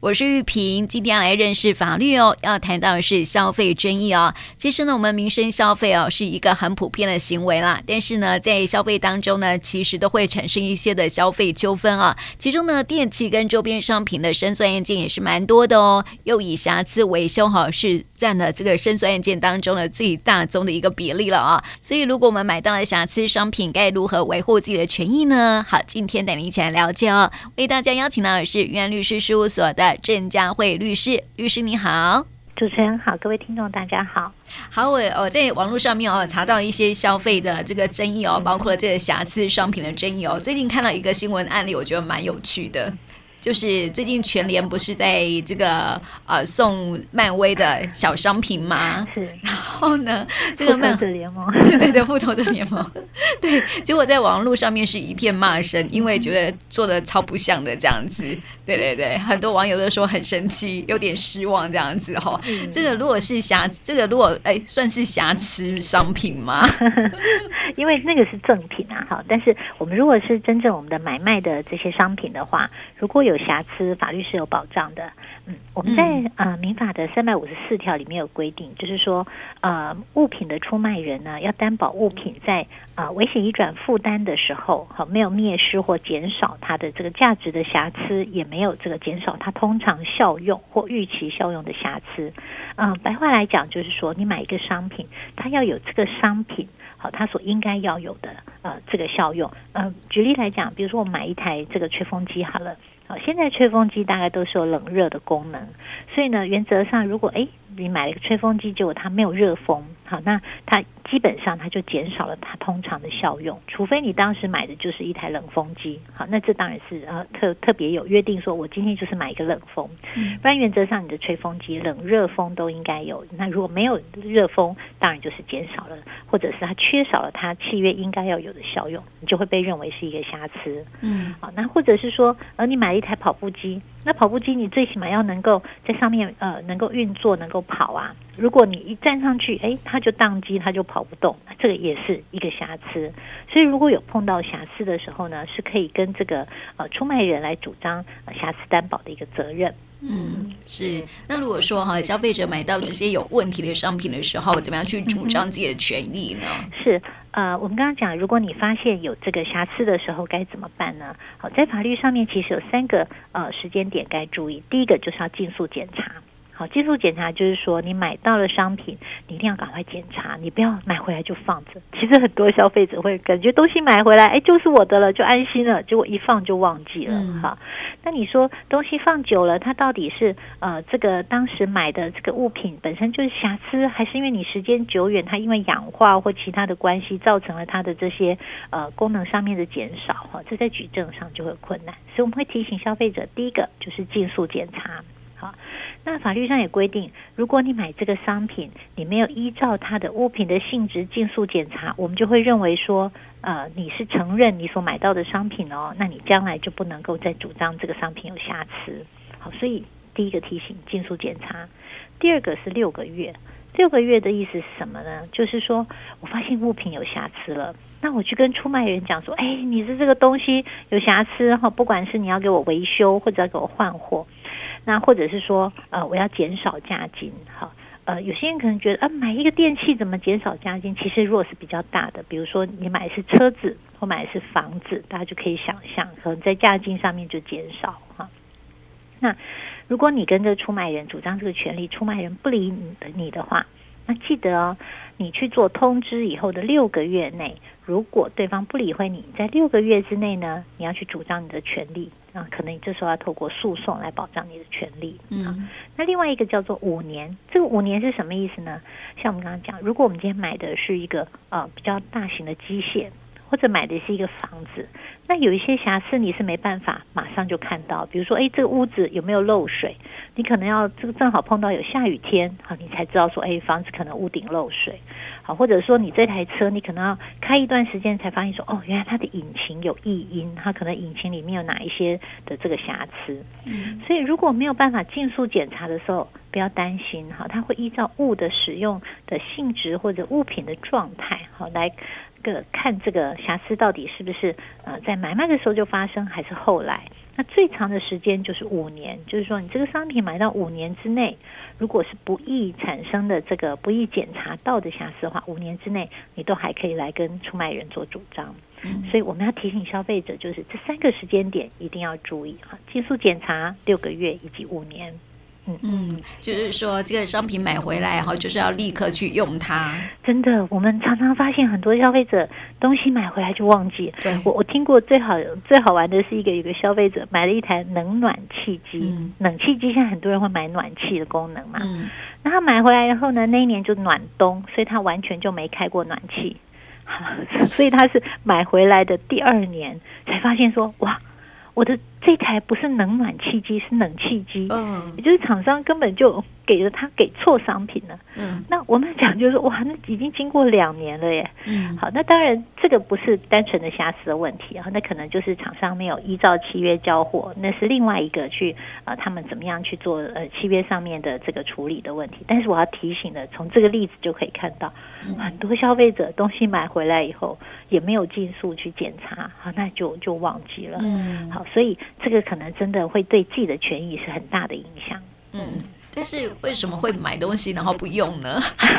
我是玉萍，今天要来认识法律哦。要谈到的是消费争议哦。其实呢，我们民生消费哦是一个很普遍的行为啦，但是呢，在消费当中呢，其实都会产生一些的消费纠纷啊。其中呢，电器跟周边商品的申诉案件也是蛮多的哦。又以瑕疵维修是占了这个申诉案件当中的最大宗的一个比例了啊。所以，如果我们买到了瑕疵商品，该如何维护自己的权益呢？好，今天带您一起来了解哦。为大家邀请到的是元律师事务所的郑佳慧律师，律师你好。 主持人好，各位听众大家好。 好，我在网络上面查到一些消费的这个争议包括了这个瑕疵商品的争议最近看到一个新闻案例，我觉得蛮有趣的。就是最近全联不是在这个送漫威的小商品吗？ 是。 然后呢，这个复仇者联盟， 对，复仇者联盟，对，结果在网络上面是一片骂声，因为觉得做的超不像的这样子。对，很多网友都说很生气，有点失望这样子这个如果是算是瑕疵商品吗？ 因为那个是正品啊，但是我们如果是真正我们的买卖的这些商品的话，如果有瑕疵，法律是有保障的。我们在民法的354条里面有规定，就是说物品的出卖人呢，要担保物品在危险移转负担的时候，没有灭失或减少它的这个价值的瑕疵，也没有这个减少它通常效用或预期效用的瑕疵。白话来讲，就是说你买一个商品，它要有这个商品它所应该要有的这个效用。举例来讲，比如说我买一台这个吹风机好了。现在吹风机大概都是有冷热的功能，所以呢，原则上如果你买了一个吹风机，结果它没有热风，那它基本上它就减少了它通常的效用，除非你当时买的就是一台冷风机，那这当然是特别有约定说我今天就是买一个冷风，不然原则上你的吹风机冷热风都应该有，那如果没有热风，当然就是减少了，或者是它缺少了它契约应该要有的效用，你就会被认为是一个瑕疵。那或者是说你买了一台跑步机，那跑步机你最起码要能够在上面能够运作能够跑啊，如果你一站上去它就宕机，它就跑不动，这个也是一个瑕疵。所以如果有碰到瑕疵的时候呢，是可以跟这个出卖人来主张瑕疵担保的一个责任。 是。那如果说消费者买到这些有问题的商品的时候，怎么样去主张自己的权利呢？ 是我们刚刚讲，如果你发现有这个瑕疵的时候该怎么办呢？好，在法律上面其实有3个时间点该注意。第一个就是要尽速检查。好，尽速检查就是说你买到了商品，你一定要赶快检查，你不要买回来就放着。其实很多消费者会感觉东西买回来就是我的了，就安心了，结果一放就忘记了。好，那你说东西放久了，它到底是这个当时买的这个物品本身就是瑕疵，还是因为你时间久远，它因为氧化或其他的关系造成了它的这些功能上面的减少？这在举证上就会困难，所以我们会提醒消费者，第一个就是尽速检查。好，那法律上也规定，如果你买这个商品，你没有依照它的物品的性质尽速检查，我们就会认为说你是承认你所买到的商品那你将来就不能够再主张这个商品有瑕疵。好，所以第一个提醒尽速检查。第二个是6个月。6个月的意思是什么呢？就是说我发现物品有瑕疵了，那我去跟出卖人讲说你是这个东西有瑕疵，不管是你要给我维修或者要给我换货，那或者是说我要减少价金。好，有些人可能觉得买一个电器怎么减少价金？其实如果是比较大的，比如说你买的是车子或买的是房子，大家就可以想象可能在价金上面就减少。那如果你跟这个出卖人主张这个权利，出卖人不理你的话，那记得你去做通知以后的6个月内，如果对方不理会你，在6个月之内呢，你要去主张你的权利，可能你这时候要透过诉讼来保障你的权利。那另外一个叫做5年，这个5年是什么意思呢？像我们刚刚讲，如果我们今天买的是一个比较大型的机械，或者买的是一个房子，那有一些瑕疵你是没办法马上就看到，比如说这个屋子有没有漏水，你可能要这个正好碰到有下雨天，好，你才知道说房子可能屋顶漏水。好，或者说你这台车你可能要开一段时间才发现说原来它的引擎有异音，它可能引擎里面有哪一些的这个瑕疵。所以如果没有办法尽速检查的时候，不要担心，它会依照物的使用的性质或者物品的状态来看这个瑕疵到底是不是在买卖的时候就发生，还是后来那最长的时间就是5年，就是说你这个商品买到5年之内，如果是不易产生的这个不易检查到的瑕疵的话，5年之内你都还可以来跟出卖人做主张。所以我们要提醒消费者，就是这3个时间点一定要注意哈，尽速检查、6个月以及5年。 就是说这个商品买回来哈，就是要立刻去用它。 真的，我们常常发现很多消费者东西买回来就忘记。 对， 我听过最好玩的是有个消费者买了一台冷暖气机，冷气机现在很多人会买暖气的功能嘛，那他买回来以后呢，那一年就暖冬，所以他完全就没开过暖气，所以他是买回来的第2年才发现说，哇，我的这台不是冷暖气机，是冷气机，也就是厂商根本就给错商品了。那我们讲就是哇，那已经经过2年了耶。好，那当然这个不是单纯的瑕疵的问题啊，那可能就是厂商没有依照契约交货，那是另外一个去他们怎么样去做契约上面的这个处理的问题。但是我要提醒的，从这个例子就可以看到，很多消费者东西买回来以后也没有尽速去检查，好，那就忘记了。好，所以这个可能真的会对自己的权益是很大的影响。 但是为什么会买东西然后不用呢？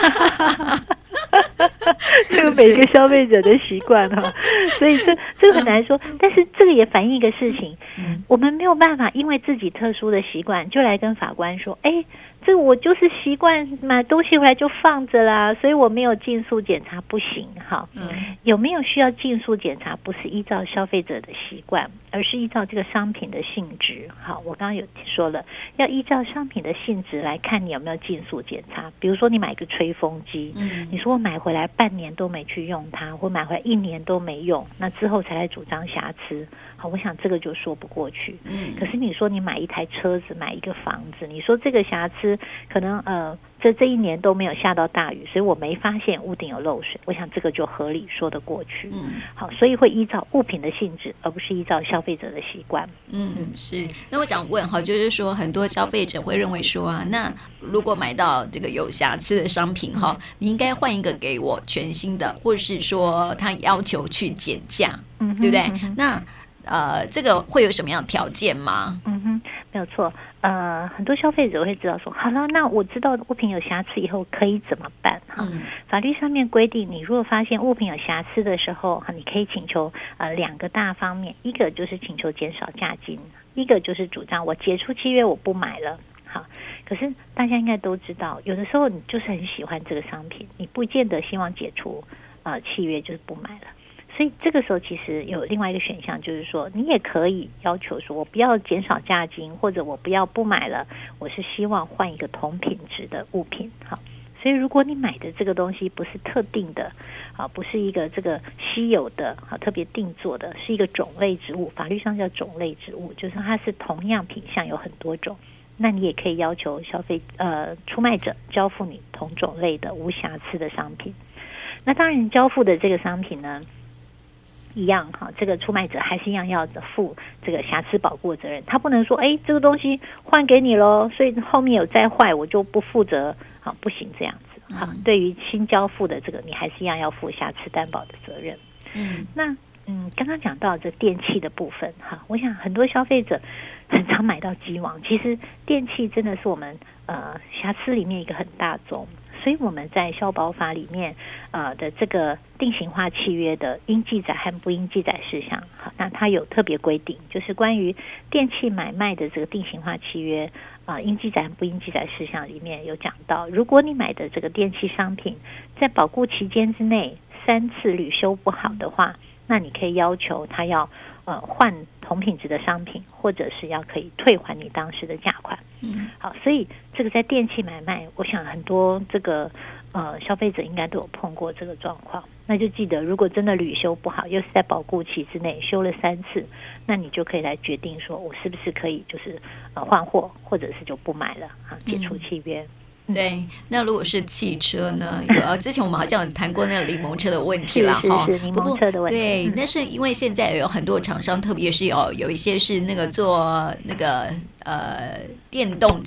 这个每个消费者的习惯哈，所以这个很难说。但是这个也反映一个事情，我们没有办法因为自己特殊的习惯就来跟法官说，这个我就是习惯买东西回来就放着啦，所以我没有尽速检查不行哈。有没有需要尽速检查，不是依照消费者的习惯，而是依照这个商品的性质。好，我刚刚有说了，要依照商品的性质来看你有没有尽速检查。比如说你买一个吹风机，你说我买回来半年都没去用它，或买回来1年都没用，那之后才来主张瑕疵，好，我想这个就说不过去。可是你说你买一台车子，买一个房子，你说这个瑕疵可能这1年都没有下到大雨，所以我没发现屋顶有漏水，我想这个就合理说得过去。好，所以会依照物品的性质，而不是依照消费者的习惯。 是。那我想问哈，就是说很多消费者会认为说啊，那如果买到这个有瑕疵的商品哈，你应该换一个给我全新的，或是说他要求去减价，对不对？那这个会有什么样的条件吗？ 没有错。很多消费者会知道说，好了，那我知道物品有瑕疵以后可以怎么办？法律上面规定，你如果发现物品有瑕疵的时候，你可以请求2个大方面，一个就是请求减少价金，一个就是主张我解除契约，我不买了。好，可是大家应该都知道，有的时候你就是很喜欢这个商品，你不见得希望解除契约，就是不买了。所以这个时候其实有另外一个选项，就是说你也可以要求说我不要减少价金，或者我不买了，我是希望换一个同品质的物品。好，所以如果你买的这个东西不是特定的，不是一个这个稀有的，特别定做的，是一个种类之物，法律上叫种类之物，就是它是同样品项有很多种，那你也可以要求出卖者交付你同种类的无瑕疵的商品。那当然交付的这个商品呢，一样哈，这个出卖者还是一样要负这个瑕疵保护责任，他不能说这个东西换给你咯，所以后面有再坏我就不负责，好，不行这样子。好，对于新交付的这个，你还是一样要负瑕疵担保的责任。那刚刚讲到这电器的部分哈，我想很多消费者很常买到机王，其实电器真的是我们瑕疵里面一个很大宗。所以我们在消保法里面的这个定型化契约的应记载和不应记载事项，好，那它有特别规定，就是关于电器买卖的这个定型化契约应记载和不应记载事项里面有讲到，如果你买的这个电器商品在保固期间之内3次屡修不好的话，那你可以要求他要换同品质的商品，或者是要可以退还你当时的价款。好，所以这个在电器买卖，我想很多这个消费者应该都有碰过这个状况。那就记得，如果真的屡修不好，又是在保固期之内修了3次，那你就可以来决定说，我是不是可以就是换货，或者是就不买了解除契约。 对，那如果是汽车呢？之前我们好像有谈过那个柠檬车的问题啦， 哈。是柠檬车的问题。 对，那是因为现在有很多厂商，特别是有一些是那个做那个电动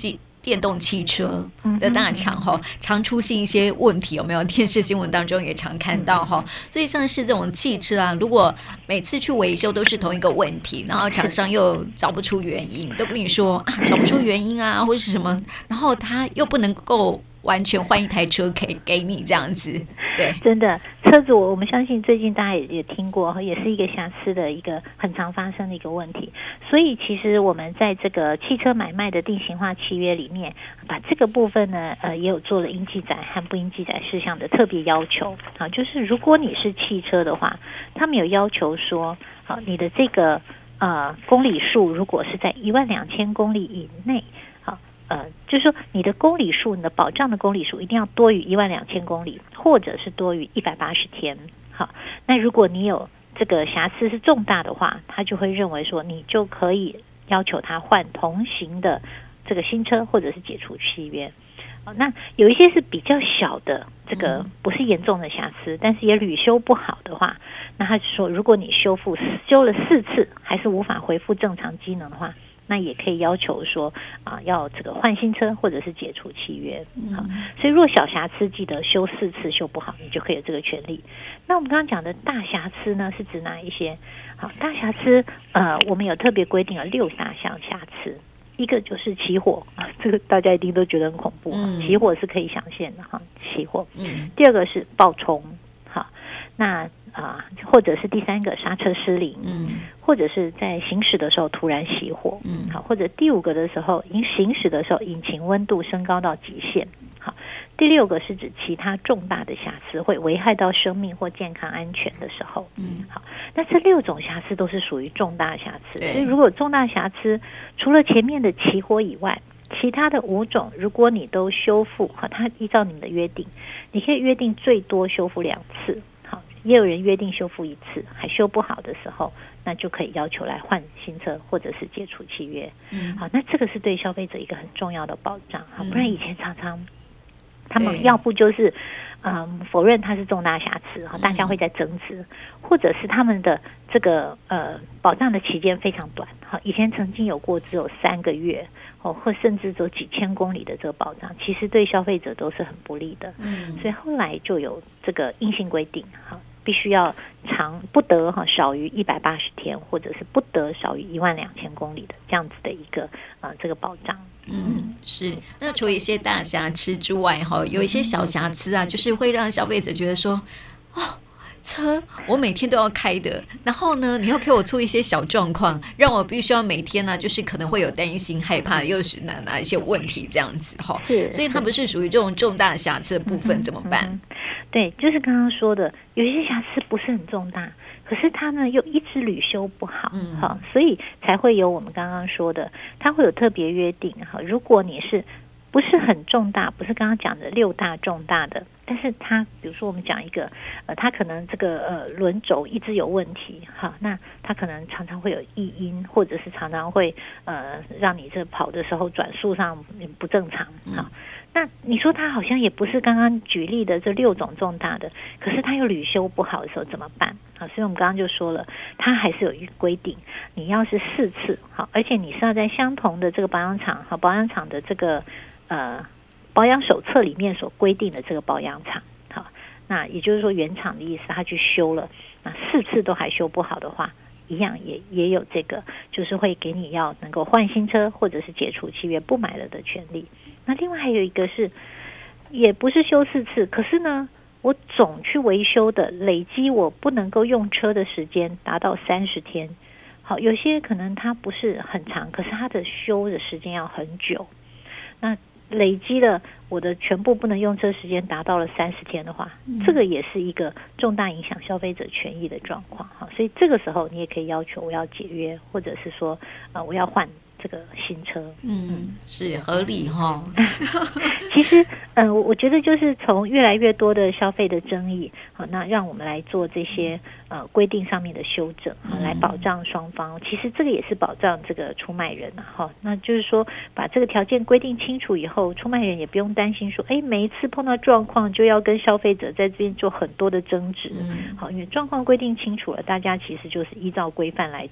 电动汽车的大厂常出现一些问题，有没有？电视新闻当中也常看到所以像是这种汽车啊，如果每次去维修都是同一个问题，然后厂商又找不出原因，都跟你说啊找不出原因啊，或是什么，然后他又不能够完全换一台车给你这样子，对， 真的车子我们相信最近大家也听过，也是一个瑕疵的一个很常发生的一个问题。所以其实我们在这个汽车买卖的定型化契约里面，把这个部分呢，也有做了应记载和不应记载事项的特别要求。好，就是如果你是汽车的话，他们有要求说，好，你的这个公里数如果是在12000公里以内。就是说你的公里数，你的保障的公里数一定要多于12000公里，或者是多于180天。好，那如果你有这个瑕疵是重大的话，他就会认为说你就可以要求他换同型的这个新车，或者是解除契约。那有一些是比较小的，这个不是严重的瑕疵，但是也屡修不好的话，那他就说如果你修了4次还是无法恢复正常机能的话，那也可以要求说要这个换新车或者是解除契约。好，所以若小瑕疵记得修4次修不好，你就可以有这个权利。那我们刚刚讲的大瑕疵呢，是指哪一些？好，大瑕疵我们有特别规定了6大项瑕疵。一个就是起火，这个大家一定都觉得很恐怖，起火是可以想象的起火。第二个是爆冲，好，那或者是第3个刹车失灵，或者是在行驶的时候突然熄火，好，或者第5个的时候，行驶的时候引擎温度升高到极限，好，第6个是指其他重大的瑕疵会危害到生命或健康安全的时候，好，那这6种瑕疵都是属于重大瑕疵，所以如果重大瑕疵除了前面的起火以外，其他的5种，如果你都修复，好，它依照你们的约定，你可以约定最多修复2次。也有人约定修复1次，还修不好的时候，那就可以要求来换新车或者是解除契约。好，那这个是对消费者一个很重要的保障。好，不然以前常常他们要不就是否认它是重大瑕疵，大家会在争执，或者是他们的这个保障的期间非常短。好，以前曾经有过只有3个月。或甚至走几千公里的这个保障，其实对消费者都是很不利的。所以后来就有这个硬性规定，必须要不得少于180天，或者是不得少于12000公里的这样子的一个这个保障。 是。那除了一些大瑕疵之外，有一些小瑕疵啊，就是会让消费者觉得说，车我每天都要开的，然后呢你又给我出一些小状况，让我必须要每天呢就是可能会有担心害怕又是哪一些问题这样子所以它不是属于这种重大瑕疵的部分怎么办？ 对，就是刚刚说的，有一些瑕疵不是很重大，可是它呢又一直屡修不好，所以才会有我们刚刚说的，它会有特别约定。如果你是不是很重大，不是刚刚讲的6大重大的，但是它比如说我们讲一个它可能这个轮轴一直有问题，那它可能常常会有异音，或者是常常会让你这跑的时候转速上不正常，那你说它好像也不是刚刚举例的这6种重大的，可是它又屡修不好的时候怎么办？所以我们刚刚就说了，它还是有一个规定，你要是4次，而且你是要在相同的这个保养厂和保养厂的这个保养手册里面所规定的这个保养厂，好，那也就是说原厂的意思，他去修了，那4次都还修不好的话，一样也有这个，就是会给你要能够换新车或者是解除契约不买了的权利。那另外还有一个是，也不是修4次，可是呢，我总去维修的，累积我不能够用车的时间达到30天。好，有些可能它不是很长，可是它的修的时间要很久。那累积了我的全部不能用车时间达到了30天的话，这个也是一个重大影响消费者权益的状况。所以这个时候你也可以要求我要解约，或者是说我要换这个新车。 是合理其实我觉得就是从越来越多的消费的争议，那让我们来做这些规定上面的修正，来保障双方。其实这个也是保障这个出卖人那就是说把这个条件规定清楚以后，出卖人也不用担心说每一次碰到状况就要跟消费者在这边做很多的争执。因为状况规定清楚了，大家其实就是依照规范来走。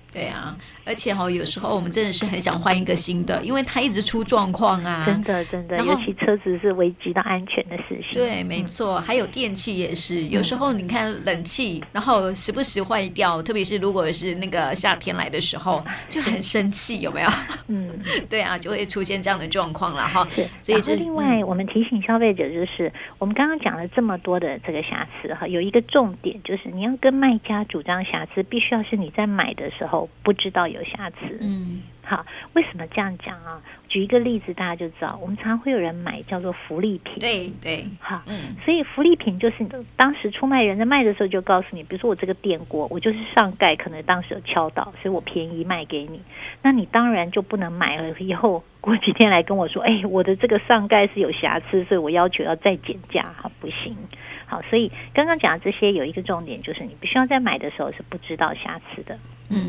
对啊，而且有时候我们真的是很想换一个新的，因为它一直出状况啊。 真的，尤其车子是危及到安全的事情。 对，没错，还有电器也是，有时候你看冷气，然后时不时坏掉，特别是如果是那个夏天来的时候，就很生气，有没有？对啊，就会出现这样的状况了哈。 所以另外我们提醒消费者，就是我们刚刚讲了这么多的这个瑕疵哈，有一个重点就是你要跟卖家主张瑕疵，必须要是你在买的时候不知道有瑕疵。好，为什么这样讲啊？举一个例子，大家就知道，我们常会有人买叫做福利品。 对， 好，所以福利品就是当时出卖人在卖的时候就告诉你，比如说我这个电锅，我就是上盖可能当时有敲到，所以我便宜卖给你，那你当然就不能买了。以后过几天来跟我说，我的这个上盖是有瑕疵，所以我要求要再减价，好，不行。好，所以刚刚讲的这些有一个重点，就是你必须要在买的时候是不知道瑕疵的。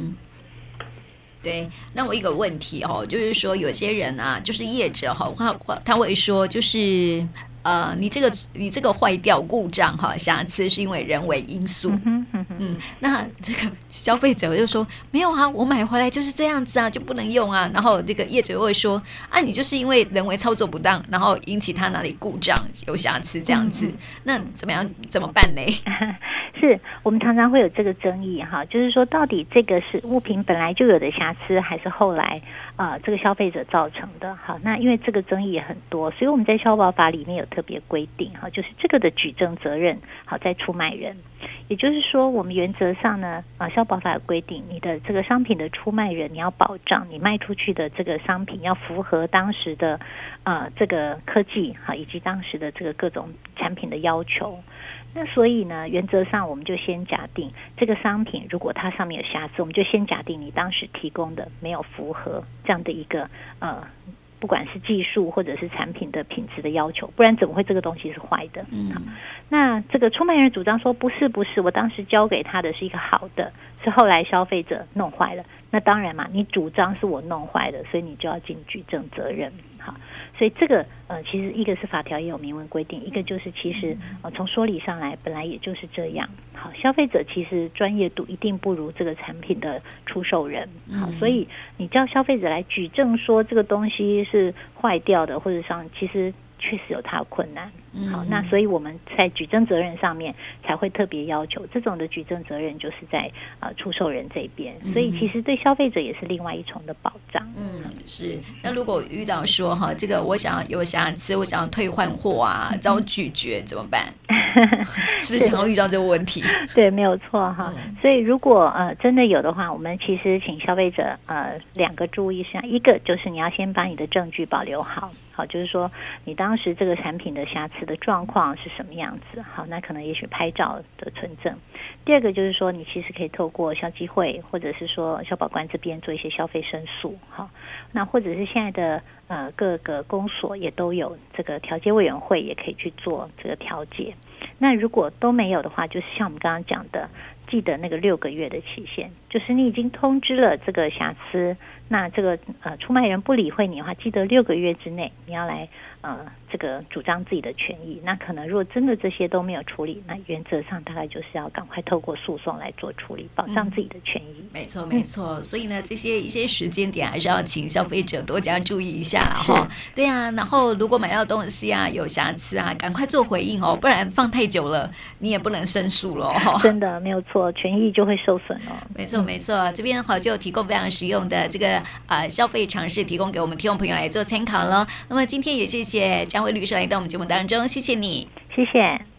对，那我一个问题就是说有些人啊，就是业者他会说就是你这个坏掉故障瑕疵是因为人为因素。那这个消费者就说没有啊，我买回来就是这样子啊，就不能用啊。然后这个业者会说你就是因为人为操作不当，然后引起他哪里故障有瑕疵这样子。那怎么办呢？ 是我们常常会有这个争议哈，就是说到底这个是物品本来就有的瑕疵，还是后来这个消费者造成的？好，那因为这个争议也很多，所以我们在消保法里面有特别规定哈，就是这个的举证责任好在出卖人。也就是说，我们原则上呢，消保法有规定，你的这个商品的出卖人，你要保障你卖出去的这个商品要符合当时的这个科技以及当时的这个各种产品的要求。那所以呢，原则上我们就先假定这个商品如果它上面有瑕疵，我们就先假定你当时提供的没有符合这样的一个不管是技术或者是产品的品质的要求，不然怎么会这个东西是坏的？那这个出卖人主张说不是，我当时交给他的是一个好的，是后来消费者弄坏了。那当然嘛，你主张是我弄坏的，所以你就要尽举证责任。好，所以这个其实一个是法条也有明文规定，一个就是其实从说理上来本来也就是这样。好，消费者其实专业度一定不如这个产品的出售人。好，所以你叫消费者来举证说这个东西是坏掉的，或者其实确实有它的困难。好，那所以我们在举证责任上面才会特别要求，这种的举证责任就是在出售人这边，所以其实对消费者也是另外一重的保障。 是。那如果遇到说这个我想要有瑕疵，我想要退换货啊，遭拒绝怎么办？是不是常常遇到这个问题？ 对，没有错哈。所以如果真的有的话，我们其实请消费者两个注意事项，一个就是你要先把你的证据保留好。好，就是说你当时这个产品的瑕疵的状况是什么样子。好，那可能也许拍照的存证。第二个就是说，你其实可以透过消基会或者是说消保官这边做一些消费申诉。好，那或者是现在的各个公所也都有这个调解委员会，也可以去做这个调解。那如果都没有的话，就是像我们刚刚讲的，记得那个6个月的期限，就是你已经通知了这个瑕疵，那这个出卖人不理会你的话，记得6个月之内你要来这个主张自己的权益。那可能如果真的这些都没有处理，那原则上大概就是要赶快透过诉讼来做处理，保障自己的权益。 没错没错。所以呢，一些时间点还是要请消费者多加注意一下啦哈。对啊，然后如果买到东西啊有瑕疵啊，赶快做回应不然放太久了你也不能申诉了真的没有错，权益就会受损了。 没错没错。这边就提供非常实用的这个消费常识，提供给我们听众朋友来做参考了。那么今天也谢谢江蕙律师来到我们节目当中，谢谢你。 谢谢。